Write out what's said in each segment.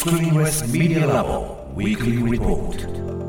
Screenless Media Lab Weekly Report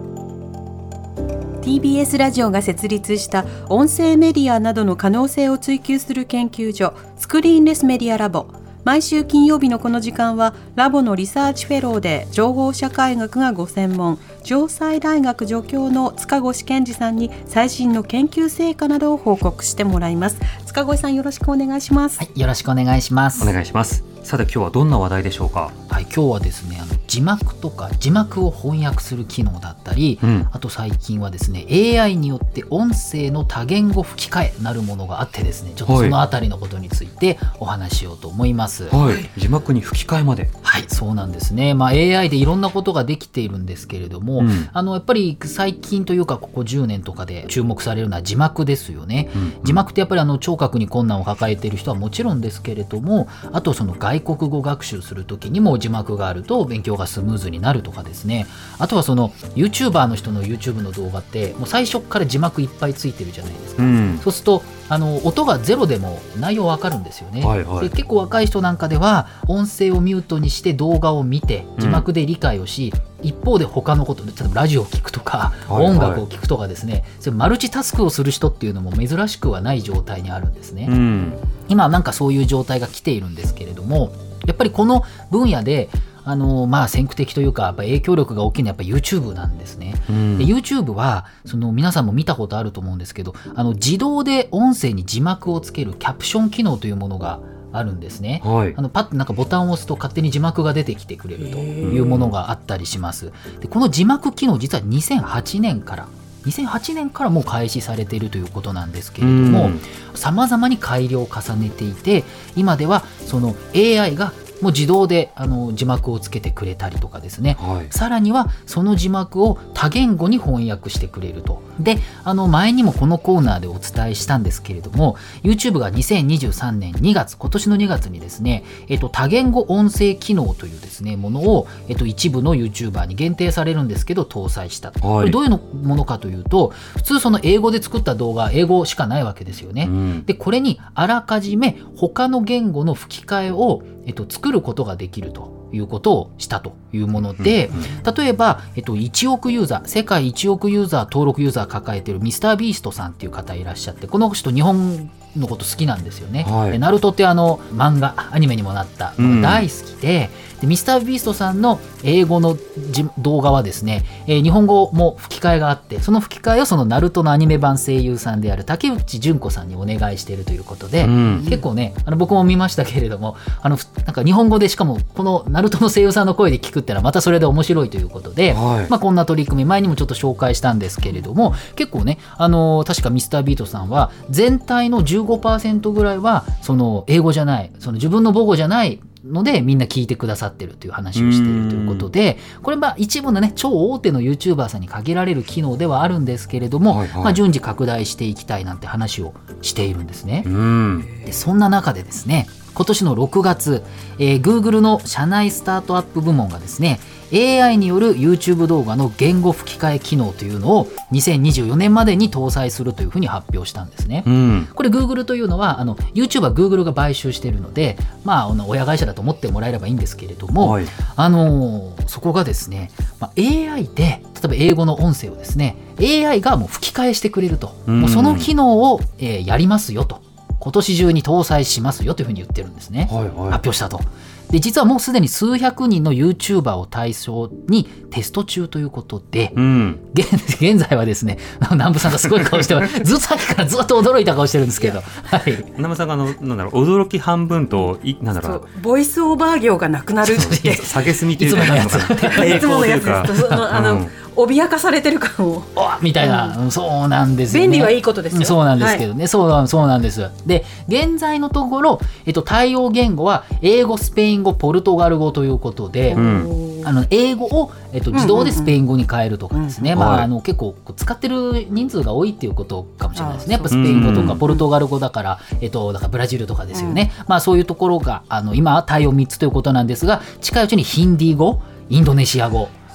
TBS ラジオが設立した音声メディアなどの可能性を追求する研究所スクリーンレスメディアラボ。毎週金曜日のこの時間はラボのリサーチフェローで情報社会学がご専門、城西大学助教の塚越健二さんに最新の研究成果などを報告してもらいます。塚越さん、よろしくお願いします。 はい、よろしくお願いします。 お願いします。さて今日はどんな話題でしょうか。 はい、今日はですね、字幕とか字幕を翻訳する機能だったり、あと最近はですね AI によって音声の多言語吹き替えなるものがあってですね、ちょっとそのあたりのことについてお話ししようと思います。 はい、字幕に吹き替えまで。 はい、そうなんですね。AI でいろんなことができているんですけれども、やっぱり最近というかここ10年とかで注目されるのは字幕ですよね。字幕ってやっぱり聴覚に困難を抱えている人はもちろんですけれども、あとその外国語学習するときにも字幕があると勉強がスムーズになるとかですね。あとはその YouTuber の人の YouTube の動画ってもう最初から字幕いっぱいついてるじゃないですか。そうすると音がゼロでも内容わかるんですよね。で結構若い人なんかでは音声をミュートにして動画を見て字幕で理解をし、一方で他のこと、例えばラジオを聞くとか、音楽を聞くとかですね、それマルチタスクをする人っていうのも珍しくはない状態にあるんですね。今なんかそういう状態が来ているんですけれども、やっぱりこの分野で先駆的というかやっぱ影響力が大きいのはやっぱ YouTube なんですね。で YouTube は皆さんも見たことあると思うんですけど、自動で音声に字幕をつけるキャプション機能というものがあるんですね。パッとなんかボタンを押すと勝手に字幕が出てきてくれるというものがあったりします。でこの字幕機能実は2008年からもう開始されているということなんですけれども、様々に改良を重ねていて、今ではその AI がもう自動で字幕をつけてくれたりとかですね、さらにはその字幕を多言語に翻訳してくれると。で前にもこのコーナーでお伝えしたんですけれども、 YouTube が2023年2月、今年の2月にですね、多言語音声機能というですねものを、一部の YouTuber に限定されるんですけど搭載したと。これどういうものかというと、普通その英語で作った動画英語しかないわけですよね。でこれにあらかじめ他の言語の吹き替えを作ることができるということをしたというもので、例えば、1億ユーザー、世界1億ユーザー登録ユーザー抱えているミスタービーストさんっていう方いらっしゃって、この人日本のこと好きなんですよね。ナルトって漫画アニメにもなったのが大好きで、ミスタービーストさんの英語の動画はですね、日本語も吹き替えがあって、その吹き替えをそのナルトのアニメ版声優さんである竹内純子さんにお願いしているということで、結構ね僕も見ましたけれども、なんか日本語でしかもこのナルトの声優さんの声で聞くってのはまたそれで面白いということで、こんな取り組み前にもちょっと紹介したんですけれども、結構ね確かミスタービートさんは全体の 15% ぐらいはその英語じゃない、その自分の母語じゃないのでみんな聞いてくださってるという話をしているということで、これ一部のね超大手の YouTuber さんに限られる機能ではあるんですけれども、順次拡大していきたいなんて話をしているんですね。でそんな中でですね、今年の6月、Google の社内スタートアップ部門がですね AI による YouTube 動画の言語吹き替え機能というのを2024年までに搭載するというふうに発表したんですね。これ Google というのはYouTube は Google が買収しているので、親会社だと思ってもらえればいいんですけれども、そこがですね、AI で例えば英語の音声をですね AI がもう吹き替えしてくれると、もうその機能を、やりますよと、今年中に搭載しますよというふうに言ってるんですね。発表したと。で実はもうすでに数百人の YouTuber を対象にテスト中ということで、現在はですね、南部さんがすごい顔してさっきからずっと驚いた顔してるんですけど、 南部さんが驚き半分とボイスオーバー業がなくなるって下げすみというかいつものやつですと脅かされてる感をみたいな、そうなんですよね。 便利はいいことですよ。 そうなんですけどね、そうなんです。で現在のところ、対応言語は英語、スペイン語、ポルトガル語ということで、英語を、自動でスペイン語に変えるとかですね、結構使ってる人数が多いっていうことかもしれないですね。やっぱスペイン語とかポルトガル語だから、だからブラジルとかですよね。そういうところが今対応3つということなんですが、近いうちにヒンディー語、インドネシア語、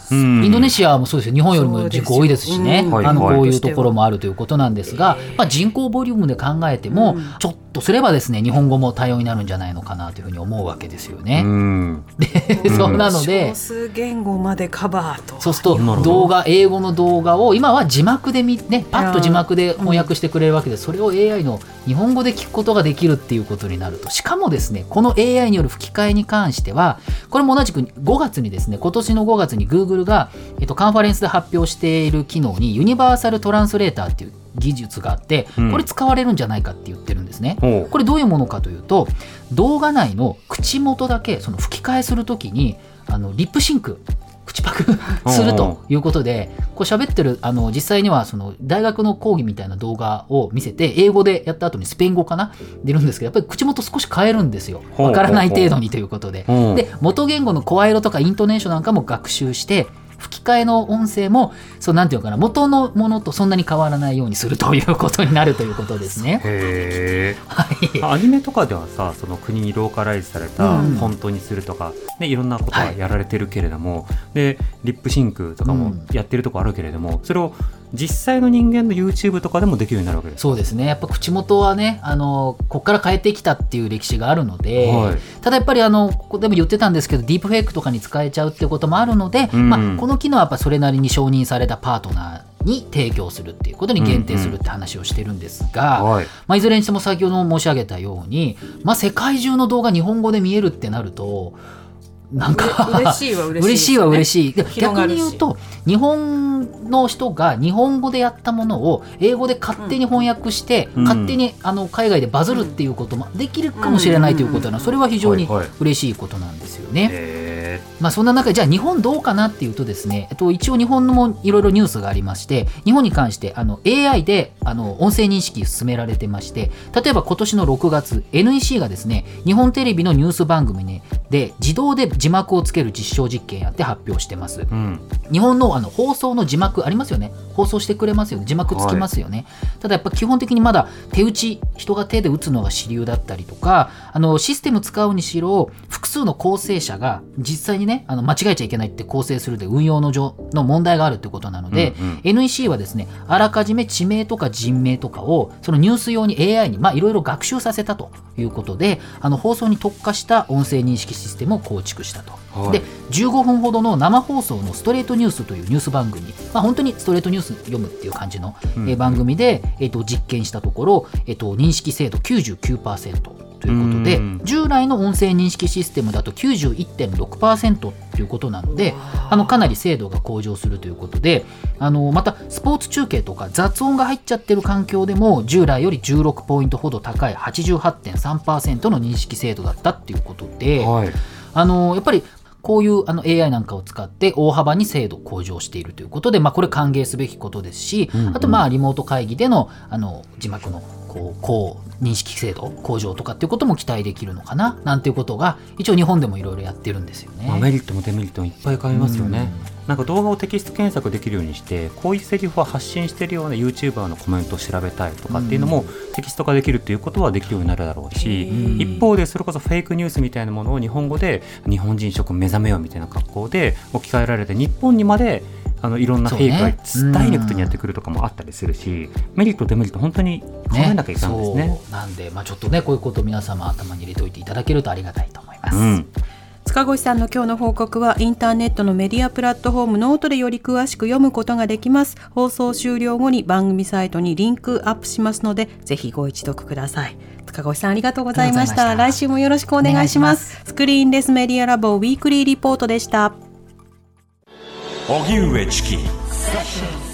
インドネシアもそうですよ。日本よりも人口多いですしね、こういうところもあるということなんですが、人口ボリュームで考えても、ちょっとすればですね、日本語も多様になるんじゃないのかなというふうに思うわけですよね。でそうなので少数言語までカバーと、 そうすると英語の動画を今は字幕でパッと字幕で翻訳してくれるわけで、それを AI の日本語で聞くことができるっていうことになると、しかもですね、この AI による吹き替えに関しては、これも同じく5月にですね、今年の5月に Google が、カンファレンスで発表している機能にユニバーサルトランスレーターっていう技術があって、これ使われるんじゃないかって言ってるんですね。これどういうものかというと、動画内の口元だけその吹き替えするときにリップシンク、口パクするということで、こう喋ってる実際にはその大学の講義みたいな動画を見せて、英語でやった後にスペイン語かな出るんですけど、やっぱり口元少し変えるんですよ、わからない程度にということで。で元言語の声色とかイントネーションなんかも学習して、吹き替えの音声もなんていうかな、元のものとそんなに変わらないようにするということになるということですね。 へー、アニメとかではさ、その国にローカライズされたフォントにするとか、いろんなことがやられてるけれども、でリップシンクとかもやってるとこあるけれども、それを実際の人間の YouTube とかでもできるようになるわけです。 そうですね。やっぱ口元はね、ここから変えてきたっていう歴史があるので、ただやっぱりここでも言ってたんですけど、ディープフェイクとかに使えちゃうっていうこともあるので、この機能はやっぱそれなりに承認されたパートナーに提供するっていうことに限定するって話をしてるんですが、いずれにしても先ほど申し上げたように、世界中の動画日本語で見えるってなると、なんか嬉しいは嬉しい。逆に言うと、日本の人が日本語でやったものを英語で勝手に翻訳して、勝手に海外でバズるっていうこともできるかもしれないということな、それは非常に嬉しいことなんですよね。そんな中で、じゃあ日本どうかなっていうとですね、一応日本のもいろいろニュースがありまして、日本に関してAI で音声認識進められてまして、例えば今年の6月 NEC がですね、日本テレビのニュース番組で自動で字幕をつける実証実験やって発表してます。日本の放送の字幕ありますよね。放送してくれますよね。字幕つきますよね。ただやっぱ基本的にまだ手打ち、人が手で打つのが主流だったりとか、システム使うにしろ複数の構成者が実際にね、間違えちゃいけないって構成するで運用の問題があるってことなので、NEC はですね、あらかじめ地名とか人名とかをそのニュース用に AI にいろいろ学習させたということで、放送に特化した音声認識システムを構築したと。で15分ほどの生放送のストレートニュースというニュース番組、本当にストレートニュース読むっていう感じの、番組で、実験したところ、認識精度 99% ということで、従来の音声認識システムだと 91.6% ということなので、かなり精度が向上するということで、またスポーツ中継とか雑音が入っちゃってる環境でも従来より16ポイントほど高い 88.3% の認識精度だったっていうことで、やっぱりこういう AI なんかを使って大幅に精度向上しているということで、これ歓迎すべきことですし、あとリモート会議での字幕の認識精度向上とかっていうことも期待できるのかななんていうことが一応日本でもいろいろやってるんですよね。 メリットもデメリットもいっぱい変えますよね。なんか動画をテキスト検索できるようにして、こういうセリフを発信しているような YouTuber のコメントを調べたいとかっていうのもテキスト化できるっていうことはできるようになるだろうし、一方でそれこそフェイクニュースみたいなものを日本語で日本人諸君目覚めようみたいな格好で置き換えられて、日本にまでいろんなフェイクがダイレクトにやってくるとかもあったりするし、メリットデメリット本当に考えなきゃいけないんですね。 なんでちょっとね、こういうことを皆様頭に入れておいていただけるとありがたいと思います。 塚越さんの今日の報告はインターネットのメディアプラットフォームノートでより詳しく読むことができます。放送終了後に番組サイトにリンクアップしますので、ぜひご一読ください。塚越さんありがとうございました。来週もよろしくお願いします。スクリーンレスメディアラボウィークリーリポートでした。 荻上チキ